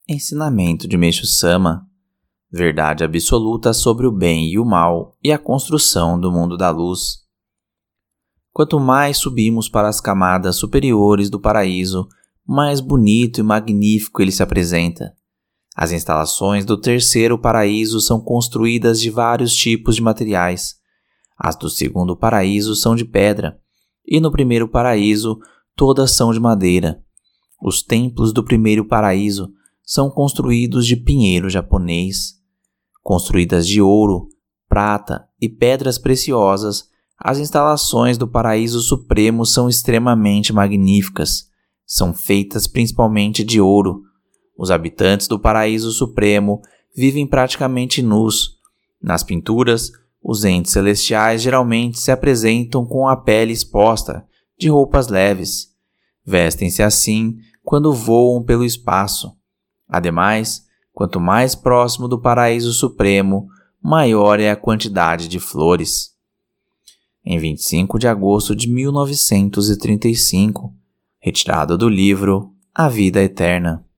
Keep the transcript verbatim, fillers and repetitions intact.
Ensinamento de Meixo Sama: verdade absoluta sobre o bem e o mal e a construção do mundo da luz. Quanto mais subimos para as camadas superiores do paraíso, mais bonito e magnífico ele se apresenta. As instalações do terceiro paraíso são construídas de vários tipos de materiais. As do segundo paraíso são de pedra, e no primeiro paraíso todas são de madeira. Os templos do primeiro paraíso são construídos de pinheiro japonês. Construídas de ouro, prata e pedras preciosas, as instalações do paraíso supremo são extremamente magníficas. São feitas principalmente de ouro. Os habitantes do paraíso supremo vivem praticamente nus. Nas pinturas, os entes celestiais geralmente se apresentam com a pele exposta, de roupas leves. Vestem-se assim quando voam pelo espaço. Ademais, quanto mais próximo do paraíso supremo, maior é a quantidade de flores. Em vinte e cinco de agosto de mil novecentos e trinta e cinco, retirado do livro A Vida Eterna.